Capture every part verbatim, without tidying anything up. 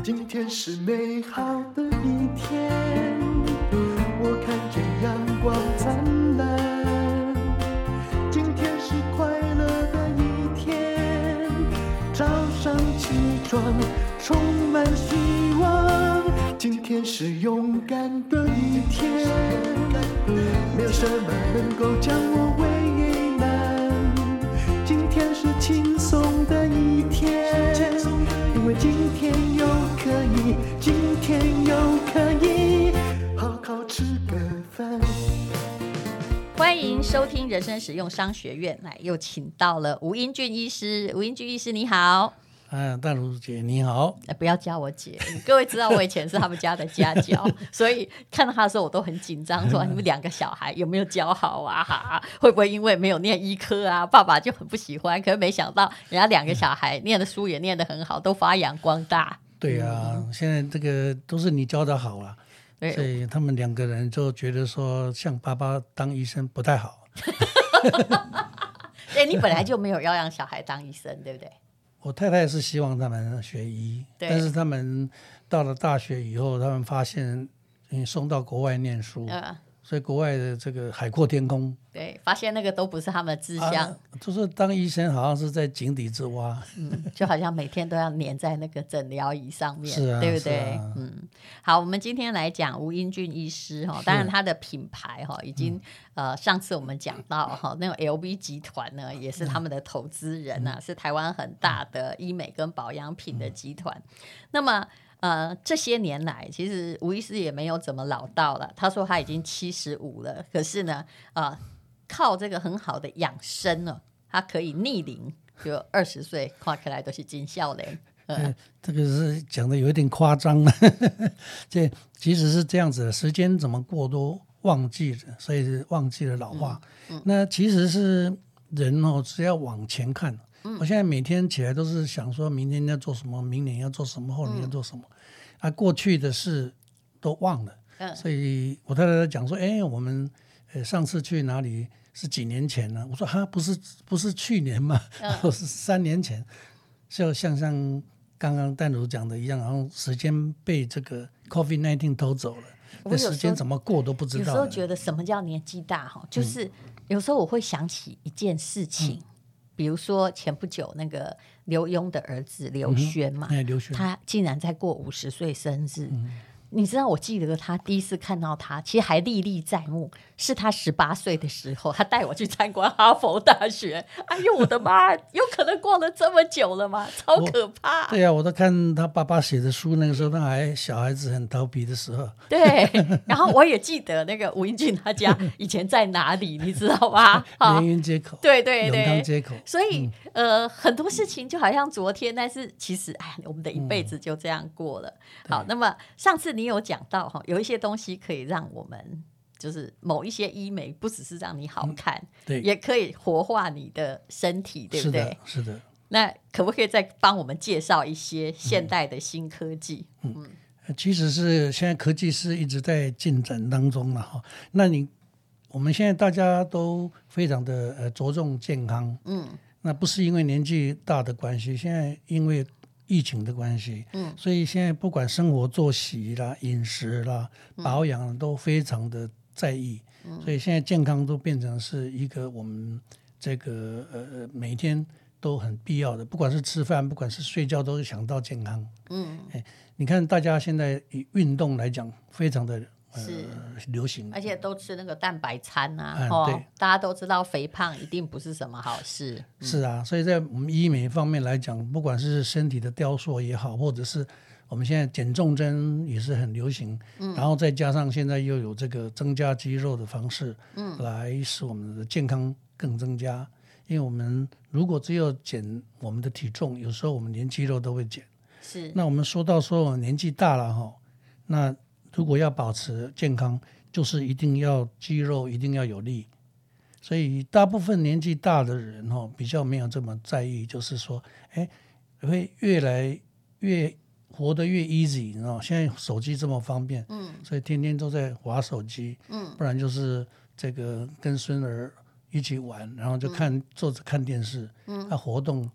今天是美好的一天，我看见阳光灿烂。今天是快乐的一天，早上起床充满希望。今天是勇敢的一天，没有什么能够将我为难。今天是轻松的一天，因为今天又可以，今天又可以好好吃个饭。 欢迎收听人生实用商学院，来又请到了吴英俊医师。吴英俊医师你好。 啊，淡如姐你好。 不要叫我姐，各位知道我以前是他们家的家教所以看到他的时候我都很紧张，说你们两个小孩有没有教好啊？会不会因为没有念医科啊，爸爸就很不喜欢？可是没想到人家两个小孩念的书也念得很好，都发扬光大。 对啊、嗯、现在这个都是你教的好了，所以他们两个人就觉得说像爸爸当医生不太好欸、你本来就没有要让小孩当医生对不对？ 我太太是希望他们学医，但是他们到了大学以后，他们发现你送到国外念书、呃、所以国外的这个海阔天空， 对，发现那个都不是他们的志向、啊、 就是当医生好像是在井底之蛙、 嗯、就好像每天都要黏在那个诊疗椅上面是、啊、 对不对、 啊嗯、好，我们今天来讲吴英俊医师，当然他的品牌已经、嗯呃、上次我们讲到那种 L V 集团呢也是他们的投资人、啊嗯、是台湾很大的医美跟保养品的集团、嗯、那么呃，这些年来其实吴医师也没有怎么老到了，他说他已经七十五了，可是呢呃靠这个很好的养生呢，他可以逆龄，就二十岁看起来都是金少年、 呃、这个是讲的有一点夸张了这即使是这样子的，时间怎么过都忘记了，所以忘记了老化、嗯嗯、那其实是人哦，只要往前看、嗯、我现在每天起来都是想说明天要做什么，明年要做什么，后年要做什么、嗯、啊，过去的事都忘了、嗯、所以我太太讲说哎，我们上次去哪里是几年前呢？我说哈，不是不是去年吗？嗯、是三年前，就像像刚刚淡如讲的一样，然后时间被这个 COVID 十九 偷走了，这时间怎么过都不知道。 有时候觉得什么叫年纪大哈，就是有时候我会想起一件事情，嗯、比如说前不久那个刘墉的儿子刘轩嘛， 嗯哎、刘轩他竟然在过五十岁生日。嗯，你知道我记得他第一次看到他其实还历历在目，是他十八岁的时候，他带我去参观哈佛大学。哎呦我的妈，有可能过了这么久了吗？超可怕。 对啊，我都看他爸爸写的书，那个时候他还小孩子很调皮的时候。 对，然后我也记得那个吴英俊他家以前在哪里你知道吗？ 连云街口。 对对对， 永康街口。 所以、嗯、呃，很多事情就好像昨天，但是其实哎，我们的一辈子就这样过了、嗯、好，那么上次你有讲到有一些东西可以让我们就是某一些医美不只是让你好看、嗯、对，也可以活化你的身体，对不对？ 是的，是的。 那可不可以再帮我们介绍一些现代的新科技？ 嗯，嗯其实是现在科技是一直在进展当中了哈。那你我们现在大家都非常的呃着重健康，嗯，那不是因为年纪大的关系，现在因为疫情的关系，嗯，所以现在不管生活作息啦、饮食啦、保养都非常的在意、嗯、所以现在健康都变成是一个我们这个呃每天都很必要的，不管是吃饭，不管是睡觉，都是想到健康。嗯，哎，你看大家现在以运动来讲，非常的是、呃、流行， 而且都吃那个蛋白餐啊、 嗯哦、 对， 大家都知道肥胖一定不是什么好事、 嗯、是啊，所以在我们医美方面来讲，不管是身体的雕塑也好，或者是我们现在减重针也是很流行、嗯、然后再加上现在又有这个增加肌肉的方式、嗯、来使我们的健康更增加，因为我们如果只有减我们的体重，有时候我们连肌肉都会减。 是， 那我们说到说我年纪大了，那如果要保持健康，就是一定要肌肉一定要有力，所以大部分年纪大的人比较没有这么在意，就是说哎，会越来越活得越 easy， 现在手机这么方便、嗯、所以天天都在滑手机、嗯、不然就是这个跟孙儿一起玩，然后就看、嗯、坐着看电视，他、嗯啊、活动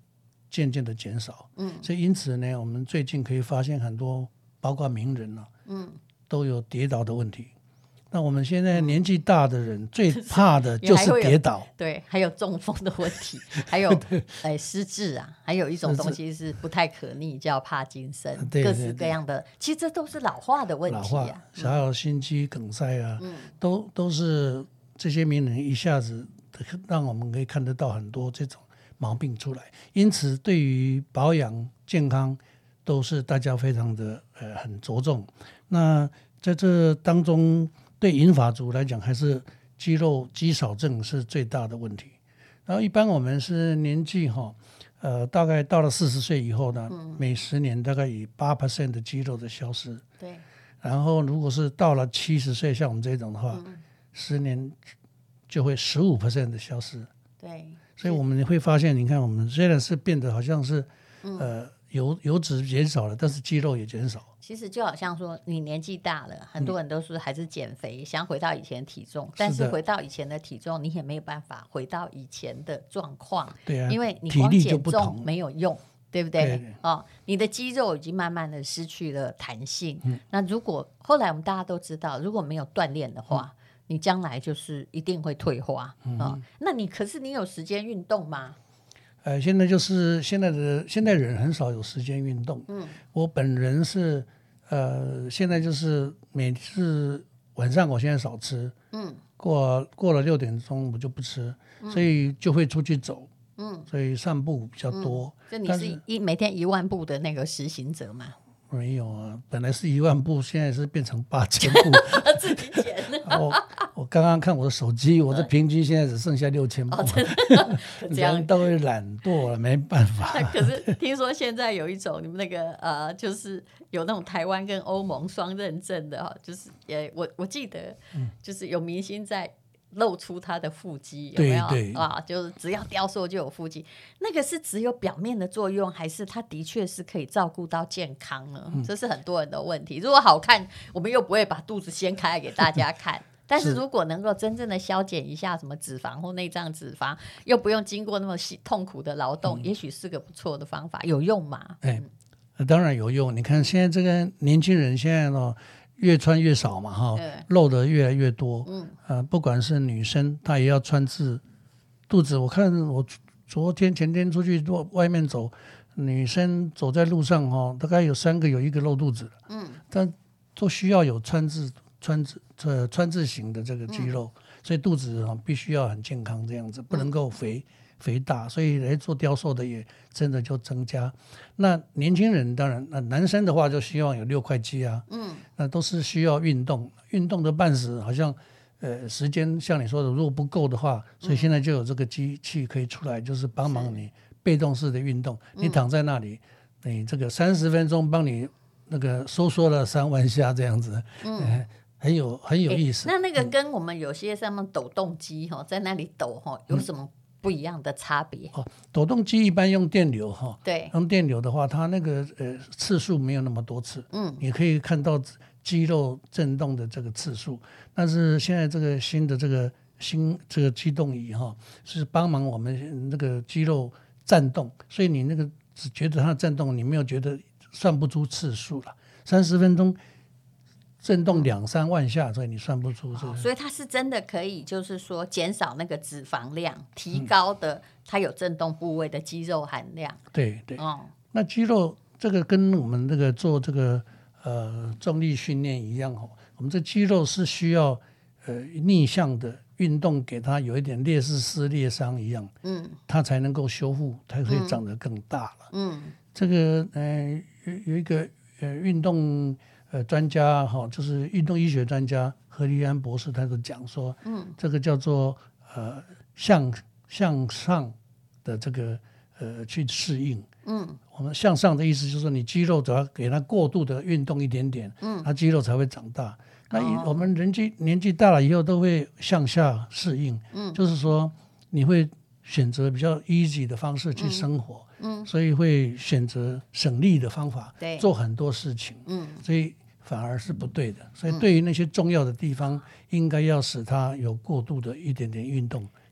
渐渐的减少。嗯，所以因此呢，我们最近可以发现很多，包括名人啊，嗯，都有跌倒的问题。那我们现在年纪大的人、嗯、最怕的就是跌倒， 对，还有中风的问题，还有哎失智啊，还有一种东西是不太可逆，叫帕金森，对对对，各式各样的，其实这都是老化的问题啊， 还有心肌梗塞啊，嗯、都都是这些名人一下子让我们可以看得到很多这种毛病出来。因此，对于保养健康都是大家非常的呃很着重。那在这当中，对银发族来讲，还是肌肉肌少症是最大的问题。然后一般我们是年纪哈，呃，大概到了四十岁以后呢，嗯、每十年大概以八 percent 的肌肉的消失。 对。 然后如果是到了七十岁，像我们这种的话，嗯、十年就会十五 percent 的消失。 对。 所以我们会发现，你看我们虽然是变得好像是，嗯、呃。油油脂减少了，但是肌肉也减少。 其实就好像说，你年纪大了，很多人都说还是减肥，嗯、想回到以前的体重，但是回到以前的体重，你也没有办法回到以前的状况。 对啊， 因为你光减重没有用，对不对？对对哦，你的肌肉已经慢慢的失去了弹性。嗯、那如果后来我们大家都知道，如果没有锻炼的话，嗯、你将来就是一定会退化。嗯、哦，那你可是你有时间运动吗？ 呃，现在就是现在的现在人很少有时间运动。嗯，我本人是呃，现在就是每次晚上我现在少吃，嗯，过过了六点钟我就不吃，嗯、所以就会出去走，嗯，所以散步比较多。 就、嗯、你是一每天一万步的那个实行者吗？ 没有啊，本来是一万步，现在是变成八千步。 自己减我我刚刚看我的手机，我的平均现在只剩下六千步。哦、这样都会懒惰了，没办法。 可是听说现在有一种你们那个呃，就是有那种台湾跟欧盟双认证的哈，就是也我我记得就是有明星在露出他的腹肌，有没有？ 对对啊，就是只要雕塑就有腹肌，那个是只有表面的作用，还是它的确是可以照顾到健康呢？嗯、这是很多人的问题。如果好看，我们又不会把肚子掀开来给大家看。但是如果能够真正的消减一下什么脂肪或内脏脂肪，又不用经过那么痛苦的劳动，嗯、也许是个不错的方法。有用吗？ 哎，当然有用。你看现在这个年轻人现在呢，越穿越少嘛，哈，露的越来越多。嗯，呃，不管是女生，她也要穿至肚子。我看我昨天前天出去外面走，女生走在路上哈，大概有三个有一个露肚子的。嗯，但都需要有穿至穿至呃穿至型的这个肌肉，嗯、所以肚子哈必须要很健康，这样子不能够肥。嗯肥大，所以来做雕塑的也真的就增加。那年轻人当然，那男生的话就希望有六块肌啊，嗯，那都是需要运动，运动的半死好像，呃，时间像你说的，如果不够的话，所以现在就有这个机器可以出来，就是帮忙你被动式的运动，你躺在那里，你这个三十分钟帮你那个收缩了三万下这样子，嗯。呃很有很有意思。 那那个跟我们有些上面抖动机哈，在那里抖哈，有什么不一样的差别？ 哦，抖动机一般用电流哈， 对， 用电流的话，它那个呃次数没有那么多次，嗯，你可以看到肌肉震动的这个次数。但是现在这个新的这个新这个机动仪哈，是帮忙我们那个肌肉颤动，所以你那个只觉得它震动，你没有觉得算不出次数了。三十分钟。震动两三万下，所以你算不出这个、哦。 所以它是真的可以，就是说减少那个脂肪量，提高的它有震动部位的肌肉含量。 对对。哦，那肌肉这个跟我们这个做这个呃重力训练一样哦，我们这肌肉是需要呃逆向的运动，给它有一点类似撕裂伤一样，嗯，它才能够修复，它可以长得更大了。嗯，这个呃有有一个呃运动。呃，专家哈，就是运动医学专家何立安博士，他就讲说，嗯，这个叫做呃向向上的这个呃去适应，嗯，我们向上的意思就是说，你肌肉只要给它过度的运动一点点，嗯，它肌肉才会长大。那我们人纪年纪大了以后都会向下适应，嗯，就是说你会选择比较 easy 的方式去生活，嗯，所以会选择省力的方法，对，做很多事情，嗯，所以反而是不对的。所以对于那些重要的地方，应该要使它有过度的一点点运动，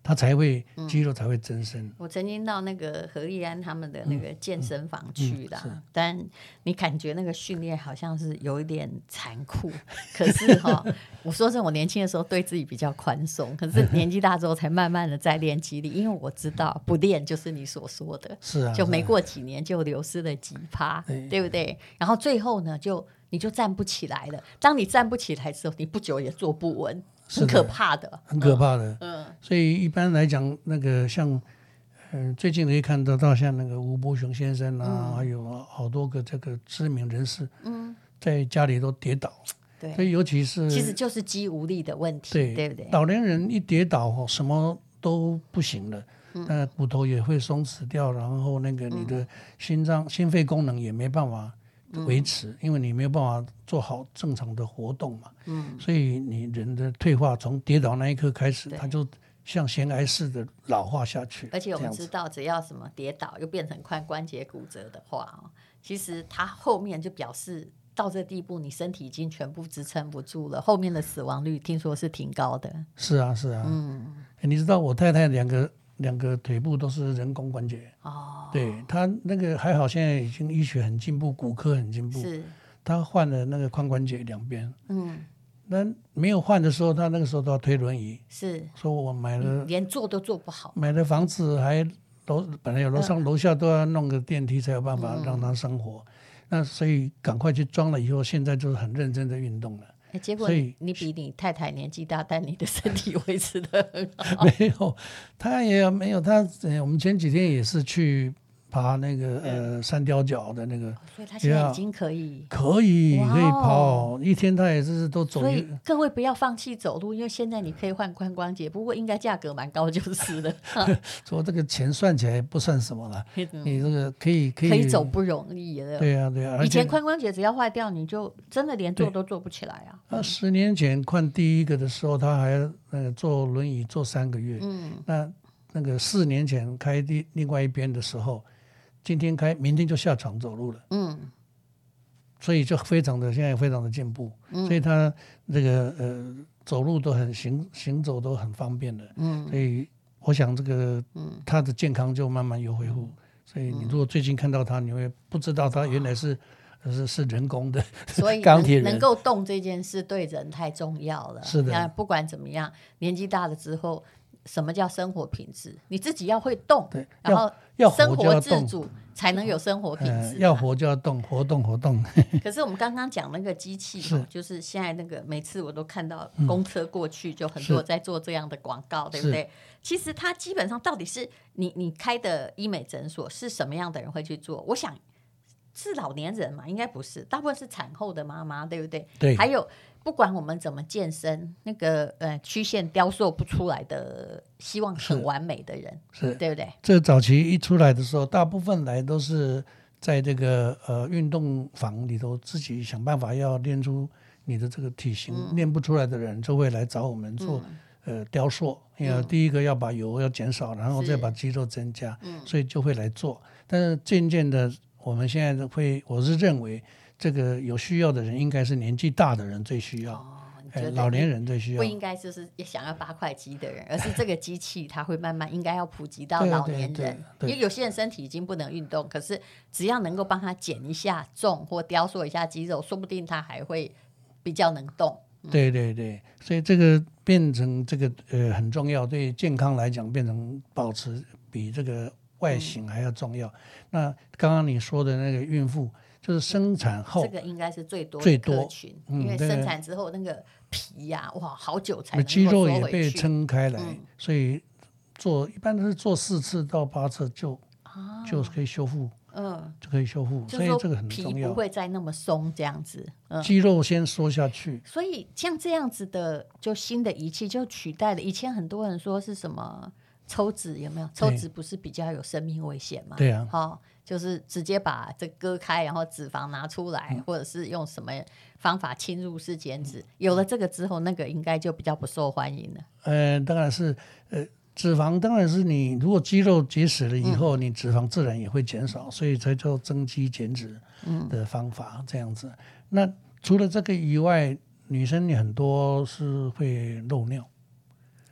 它才会肌肉才会增生。 我曾经到那个何立安他们的那个健身房去啦， 嗯嗯、 但你感觉那个训练好像是有一点残酷。可是哈、哦，我说真的，我年轻的时候对自己比较宽松，可是年纪大之后才慢慢的在练肌力，因为我知道不练就是你所说的， 是啊， 就没过几年就流失了几趴，对, 对不对？然后最后呢，就你就站不起来了。当你站不起来之后，你不久也坐不稳。很可怕的， 很可怕的。 嗯， 所以一般来讲，那个像，嗯、呃，最近可以看得到像那个吴伯雄先生啊，嗯、还有好多个这个知名人士，嗯，在家里都跌倒。 对， 所以尤其是其实就是肌无力的问题， 对， 对不对？ 老年人一跌倒，什么都不行了，那、嗯、骨头也会松弛掉，然后那个你的心脏、嗯、心肺功能也没办法维持、嗯、因为你没有办法做好正常的活动嘛，嗯，所以你人的退化从跌倒那一刻开始，它就像悬崖式的老化下去。 而且我们知道，只要什么跌倒又变成髋关节骨折的话，其实它后面就表示到这地步，你身体已经全部支撑不住了，后面的死亡率听说是挺高的。 是啊，是啊，嗯，你知道我太太两个。两个腿部都是人工关节哦，对，他那个还好，现在已经医学很进步，骨科很进步，是，他换了那个髋关节两边，嗯，那没有换的时候，他那个时候都要推轮椅， 是， 说我买了连坐都坐不好， 买了房子还楼本来有楼上、嗯、楼下都要弄个电梯才有办法让他生活，嗯、那所以赶快去装了以后，现在就是很认真的运动了。 结果你比你太太年纪大，但你的身体维持得很好。 没有，他也没有他。我们前几天也是去爬那个呃三貂角的那个， 所以他现在已经可以可以可以跑，一天他也是都走。 所以各位不要放弃走路，因为现在你可以换髋关节，不过应该价格蛮高就是了。 说这个钱算起来不算什么了，你这个可以可以可以走不容易了。 对啊对啊， 以前髋关节只要坏掉，你就真的连坐都坐不起来啊。 那十年前换第一个的时候，他还呃坐轮椅坐三个月，嗯，那那个四年前开第另外一边的时候。今天开，明天就下床走路了。嗯，所以就非常的现在非常的进步，嗯、所以他这个呃走路都很行行走都很方便的。嗯，所以我想这个嗯他的健康就慢慢有恢复。嗯、所以你如果最近看到他，你会不知道他原来是、嗯、是是人工的， 所以钢铁人能够动这件事对人太重要了。 是的， 不管怎么样，年纪大了之后。什么叫生活品质？你自己要会动，然后生活自主才能有生活品质、啊呃。要活就要动，活动活动。 可是我们刚刚讲那个机器、哦，就是现在那个每次我都看到公车过去，就很多在做这样的广告，对不对？其实它基本上到底是你你开的医美诊所是什么样的人会去做？我想是老年人嘛，应该不是，大部分是产后的妈妈，对不对？ 对， 还有。不管我们怎么健身，那个呃曲线雕塑不出来的，希望很完美的人， 是对不对？ 这早期一出来的时候，大部分来都是在这个呃运动房里头自己想办法要练出你的这个体型，嗯、练不出来的人就会来找我们做、嗯、呃雕塑。因为第一个要把油要减少，然后再把肌肉增加，所以就会来做。但是渐渐的，我们现在会，我是认为。这个有需要的人应该是年纪大的人最需要，哦哎、老年人最需要， 不应该就是想要八块肌的人，而是这个机器它会慢慢应该要普及到老年人， 对对对对， 因为有些人身体已经不能运动，可是只要能够帮他减一下重或雕塑一下肌肉，说不定他还会比较能动。 嗯、对对对，所以这个变成这个呃很重要，对健康来讲变成保持比这个外形还要重要。嗯、那刚刚你说的那个孕妇。就是生产后， 这个应该是最多的客群，嗯、因为生产之后那个皮呀、啊，哇，好久才能够肌肉也被撑开来，嗯、所以做一般都是做四次到八次就、啊、就可以修复，嗯，就可以修复，所以这个很重要， 皮不会再那么松这样子， 嗯、肌肉先缩下去。 所以像这样子的，就新的仪器就取代了以前很多人说是什么抽脂，有没有？抽脂不是比较有生命危险吗？ 对啊， 好、哦。就是直接把这割开，然后脂肪拿出来，嗯、或者是用什么方法侵入式减脂。嗯、有了这个之后，那个应该就比较不受欢迎了。 呃，当然是，呃，脂肪当然是你如果肌肉结实了以后，嗯、你脂肪自然也会减少，所以才叫增肌减脂的方法、嗯、这样子。那除了这个以外，女生很多是会漏尿。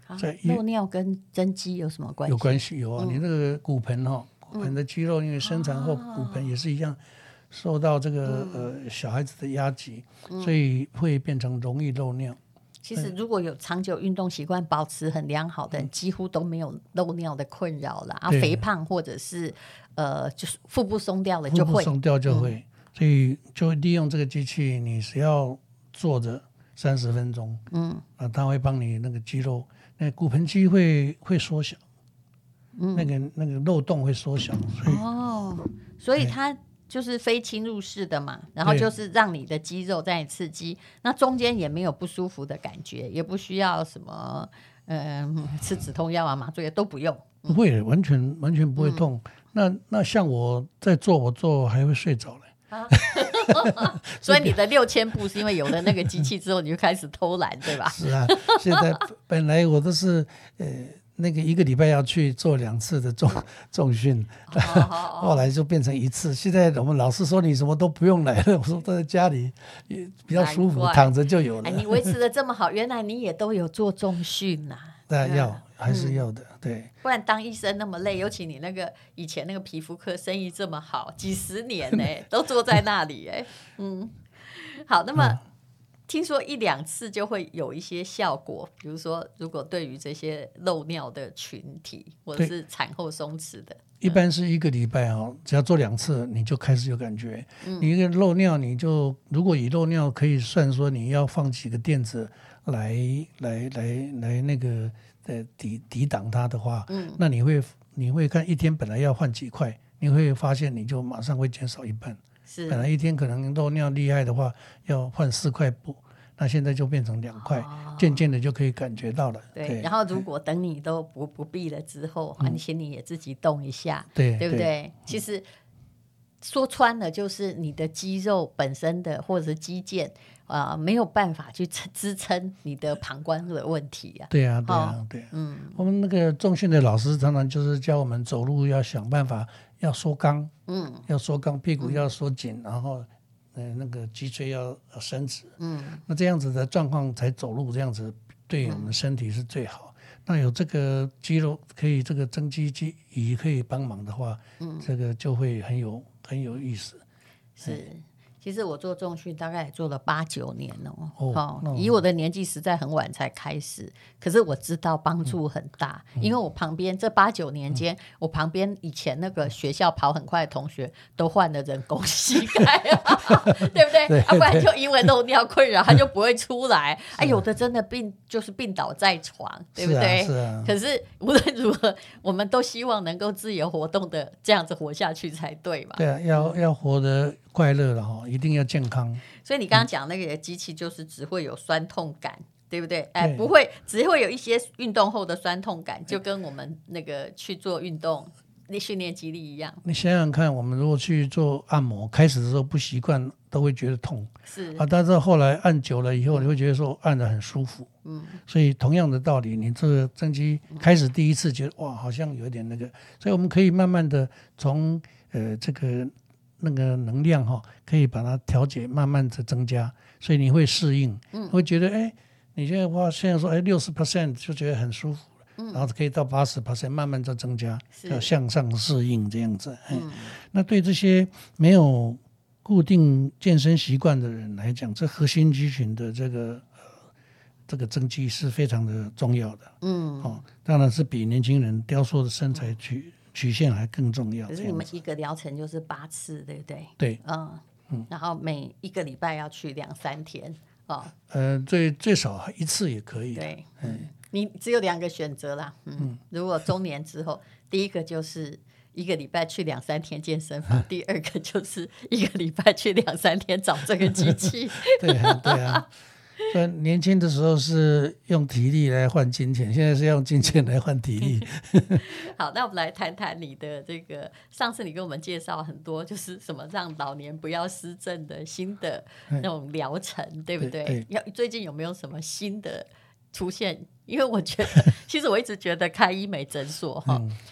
在漏尿跟增肌有什么关系？ 有关系，有啊。嗯、你那个骨盆哈、哦，骨盆的肌肉，因为生产后骨盆也是一样受到这个、嗯、呃小孩子的压挤，嗯、所以会变成容易漏尿。 其实如果有长久运动习惯、保持很良好的人，几乎都没有漏尿的困扰啦。啊，肥胖或者是呃，就是腹部松掉了就会，腹部松掉就会，嗯、所以就利用这个机器，你只要坐着三十分钟，嗯，啊，它会帮你那个肌肉，那骨盆肌会会缩小，嗯，那个那个漏洞会缩小，所以哦，所以它。就是非侵入式的嘛，然后就是让你的肌肉在刺激，那中间也没有不舒服的感觉，也不需要什么嗯吃止痛药啊、麻醉都不用， 不会，完全完全不会痛。嗯、那那像我在做，我做还会睡着嘞。啊、 所以你的六千步是因为有了那个机器之后，你就开始偷懒，对吧？ 是啊，现在本来我都是呃。那个一个礼拜要去做两次的重重训，后来就变成一次。现在我们老师说你什么都不用来了，我说在家里也比较舒服，躺着就有了。 哎，你维持的这么好，原来你也都有做重训呐、啊？ 对，要还是要的，嗯、对。 不然当医生那么累，尤其你那个以前那个皮肤科生意这么好，几十年呢、欸，都坐在那里哎、欸，嗯，好，那么。嗯听说一两次就会有一些效果，比如说如果对于这些漏尿的群体或者是产后松弛的， 一般是一个礼拜哦，只要做两次你就开始有感觉、嗯、你一个漏尿你就如果以漏尿可以算说你要放几个垫子来来来来那个呃抵抵挡它的话、嗯、那你会你会看一天本来要换几块，你会发现你就马上会减少一半。是本来一天可能漏尿厉害的话要换四块布，那现在就变成两块，渐渐的就可以感觉到了。 对，对然后如果等你都不不必了之后，嗯、你请你也自己动一下， 对， 对不对？ 对其实说穿了，就是你的肌肉本身的或者是肌腱啊、呃，没有办法去支撑你的膀胱的问题啊。 对啊，对啊，哦、对啊。嗯，我们那个重训的老师常常就是教我们走路要想办法要缩肛，嗯，要缩肛，屁股要缩紧，嗯、然后。呃，那个脊椎要伸直，嗯，那这样子的状况才走路，这样子对我们身体是最好。嗯、那有这个肌肉可以，这个增肌机仪可以帮忙的话，嗯，这个就会很有很有意思。 是。其实我做重训大概也做了八九年哦，哦哦以我的年纪实在很晚才开始，可是我知道帮助很大，嗯、因为我旁边这八九年间，嗯、我旁边以前那个学校跑很快的同学都换了人工膝盖，对不对？对啊，不然就因为漏尿困扰，他就不会出来。哎、啊，有的真的病就是病倒在床，对不对？ 是啊，是啊。 可是无论如何，我们都希望能够自由活动的这样子活下去才对嘛。 对啊，要要活得快乐了哈。一定要健康， 所以你刚刚讲那个机器就是只会有酸痛感，嗯、对不对？哎，不会，只会有一些运动后的酸痛感，就跟我们那个去做运动训练肌力一样。 你想想看，我们如果去做按摩，开始的时候不习惯，都会觉得痛， 是啊，但是后来按久了以后，你会觉得说按得很舒服，嗯，所以同样的道理，你这个增肌开始第一次觉得哇，好像有点那个，所以我们可以慢慢的从呃这个。那个能量哈，可以把它调节，慢慢的增加，所以你会适应，嗯、会觉得哎，你现在话现在说哎六十 percent 就觉得很舒服，嗯、然后可以到八十 percent 慢慢再增加，要向上适应这样子。嗯、那对这些没有固定健身习惯的人来讲，这核心肌群的这个呃这个增肌是非常的重要的。嗯，哦，当然是比年轻人雕塑的身材去。曲线还更重要。 可是你们一个疗程就是八次，对不对？ 对， 嗯嗯，然后每一个礼拜要去两三天哦。 呃，最最少一次也可以。 对，嗯，你只有两个选择啦。嗯，嗯如果中年之后，第一个就是一个礼拜去两三天健身房，第二个就是一个礼拜去两三天找这个机器。 对啊，对啊。所以年轻的时候是用体力来换金钱，现在是用金钱来换体力。 好，那我们来谈谈你的这个，上次你跟我们介绍很多，就是什么让老年不要失智的新的那种疗程，对不对？对对最近有没有什么新的出现？因为我觉得，其实我一直觉得开医美诊所哈。嗯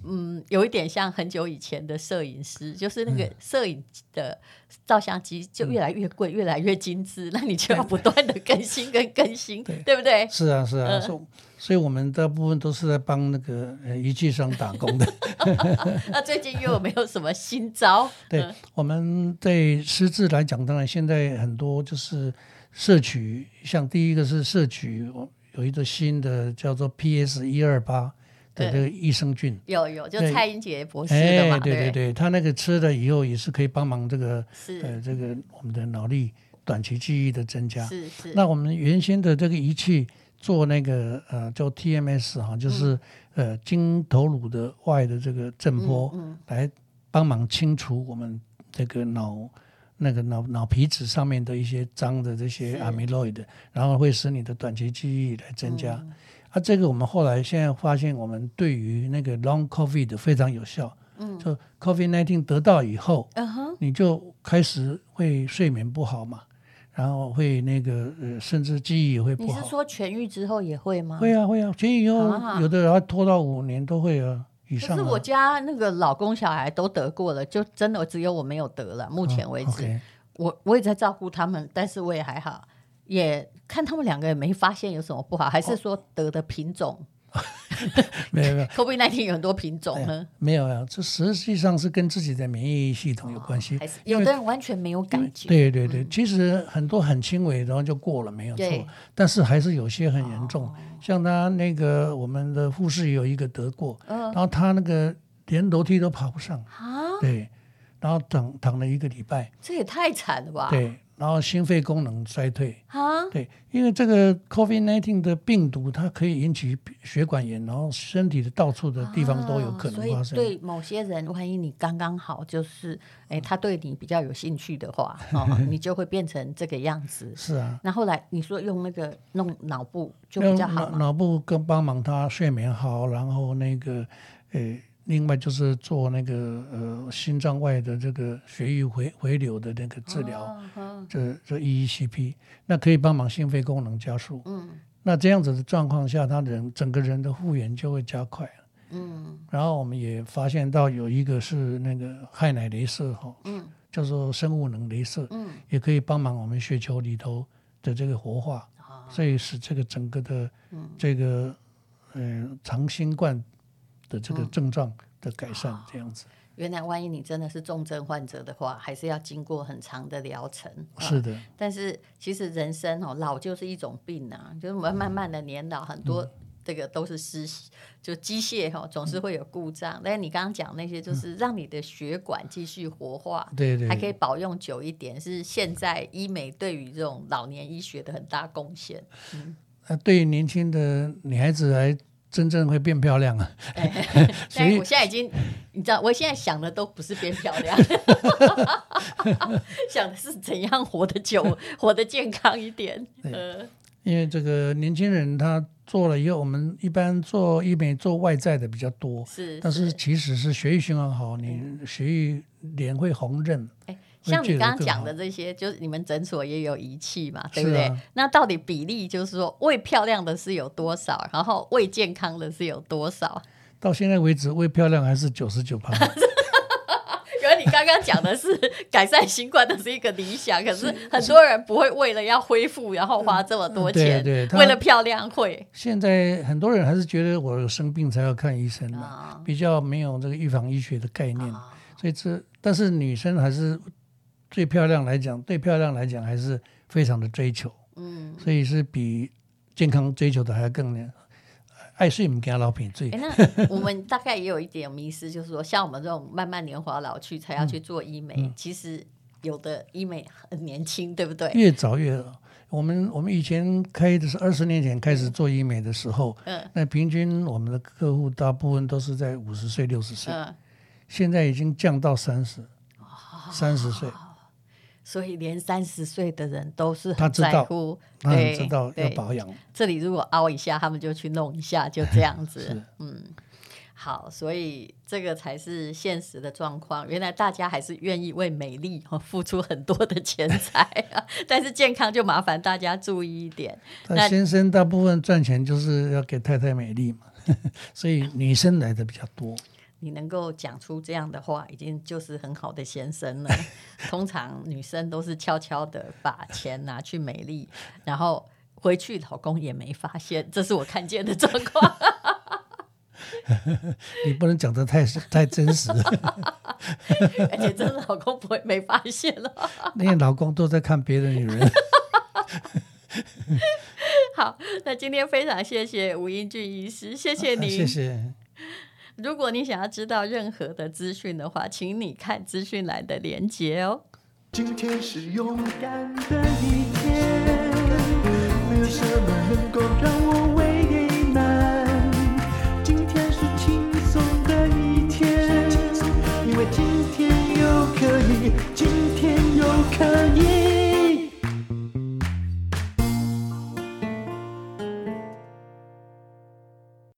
嗯，有一点像很久以前的摄影师，就是那个摄影的照相机就越来越贵，嗯、越来越精致，那你就要不断的更新跟更新，对, 对不对？ 是啊，是啊，呃、所, 所以我们大部分都是在帮那个仪器商打工的。 那最近又有没有什么新招？ 对，嗯、我们对师资来讲，当然现在很多就是摄取，像第一个是摄取有一个新的叫做 P S 一二八。的这个益生菌有有，就蔡英杰博士的嘛， 哎、对对对，他那个吃了以后也是可以帮忙这个是呃这个我们的脑力短期记忆的增加。 是是。 那我们原先的这个仪器做那个呃叫 T M S 哈，就是、嗯、呃经头颅的外的这个震波、嗯嗯、来帮忙清除我们这个脑那个脑脑皮质上面的一些脏的这些 amyloid， 然后会使你的短期记忆来增加。嗯啊，这个我们后来现在发现，我们对于那个 long COVID 非常有效。嗯，就 COVID 十九 得到以后，嗯哼，你就开始会睡眠不好嘛，然后会那个呃，甚至记忆也会不好。 你是说痊愈之后也会吗？ 会啊，会啊，痊愈以后、啊、有的要拖到五年都会啊以上、啊。 可是我家那个老公小孩都得过了，就真的只有我没有得了。目前为止，哦 okay、我我也在照顾他们，但是我也还好。也看他们两个也没发现有什么不好，还是说得的品种？哦、 没有没有 ，COVID 十九 有很多品种呢。 没有啊，这实际上是跟自己的免疫系统有关系。 哦、还是有的人完全没有感觉。 对对对、嗯，其实很多很轻微，然后就过了，没有错。但是还是有些很严重，哦、像他那个我们的护士有一个得过，嗯、然后他那个连楼梯都爬不上啊，对，然后躺躺了一个礼拜， 这也太惨了吧？ 对。然后心肺功能衰退啊，对，因为这个 COVID 十九 的病毒，它可以引起血管炎，然后身体的到处的地方都有可能发生。 啊、所以对某些人，万一你刚刚好就是，哎，他对你比较有兴趣的话，哦、你就会变成这个样子。 是啊。 那后来你说用那个弄脑部就比较好吗？ 脑部跟帮忙他睡眠好，然后那个，呃。另外就是做那个呃心脏外的这个血液回回流的那个治疗，哦哦、这这 E E C P 那可以帮忙心肺功能加速。嗯，那这样子的状况下，他人整个人的复原就会加快了。嗯，然后我们也发现到有一个是那个氦氖雷射哈，嗯，叫做生物能雷射，嗯，也可以帮忙我们血球里头的这个活化，哦、所以使这个整个的这个、嗯、呃长新冠的这个症状的改善，这样子、嗯。 原来万一你真的是重症患者的话，还是要经过很长的疗程。 是的、嗯。 但是其实人生哦，老就是一种病啊，就是我们慢慢的年老，很多这个都是失就机械哈、哦，总是会有故障。嗯、但是你刚刚讲那些，就是让你的血管继续活化， 对、嗯、对， 还可以保用久一点，是现在医美对于这种老年医学的很大贡献。嗯， 那对于年轻的女孩子来。真正会变漂亮啊！ 哎、所以我现在已经，你知道，我现在想的都不是变漂亮，想的是怎样活得久、活得健康一点。呃， 因为这个年轻人他做了以后，我们一般做医美做外在的比较多， 是， 但是其实是血液循环好，你血液脸会红润。 哎，像你刚刚讲的这些，就是你们诊所也有仪器嘛，对不对？啊、那到底比例就是说，为漂亮的是有多少，然后为健康的是有多少？ 到现在为止，为漂亮还是九十九趴。 原来你刚刚讲的是改善新冠的是一个理想，可是很多人不会为了要恢复，然后花这么多钱， 嗯、对对， 为了漂亮会。 现在很多人还是觉得我有生病才要看医生嘛，啊、比较没有这个预防医学的概念，啊、所以这但是女生还是。最漂亮来讲，对漂亮来讲还是非常的追求，嗯，所以是比健康追求的还要更爱睡不惊老品醉。 那我们大概也有一点迷思，就是说，像我们这种慢慢年华老去才要去做医美，嗯、其实有的医美很年轻，对不对？ 越早越好。我们我们以前开的是二十年前开始做医美的时候，嗯，那平均我们的客户大部分都是在五十岁、六十岁，嗯，现在已经降到三十，三十岁。 所以连三十岁的人都是很在乎， 他很知道要保养。 这里如果凹一下，他们就去弄一下，就这样子。嗯，好，所以这个才是现实的状况。原来大家还是愿意为美丽付出很多的钱财啊，但是健康就麻烦大家注意一点。 那先生大部分赚钱就是要给太太美丽嘛，所以女生来的比较多。 你能够讲出这样的话，已经就是很好的先生了。通常女生都是悄悄的把钱拿去美丽，然后回去老公也没发现，这是我看见的状况。 你不能讲得太太真实， 而且真的老公不会没发现了， 因为老公都在看别的女人。 好，那今天非常谢谢吴英俊医师，谢谢您， 谢谢。 如果你想要知道任何的资讯的话，请你看资讯栏的连结哦。 今天是勇敢的一天，没有什么能够让我为难。今天是轻松的一天，因为今天又可以，今天又可以。